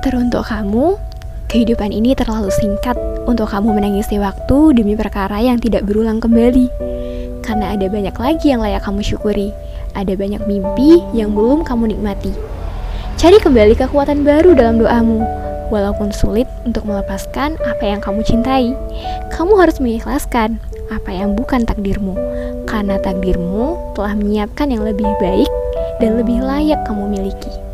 Teruntuk kamu, kehidupan ini terlalu singkat untuk kamu menangisi waktu demi perkara yang tidak berulang kembali. Karena ada banyak lagi yang layak kamu syukuri. Ada banyak mimpi yang belum kamu nikmati. Cari kembali kekuatan baru dalam doamu. Walaupun sulit untuk melepaskan apa yang kamu cintai, kamu harus mengikhlaskan apa yang bukan takdirmu. Karena takdirmu telah menyiapkan yang lebih baik dan lebih layak kamu miliki.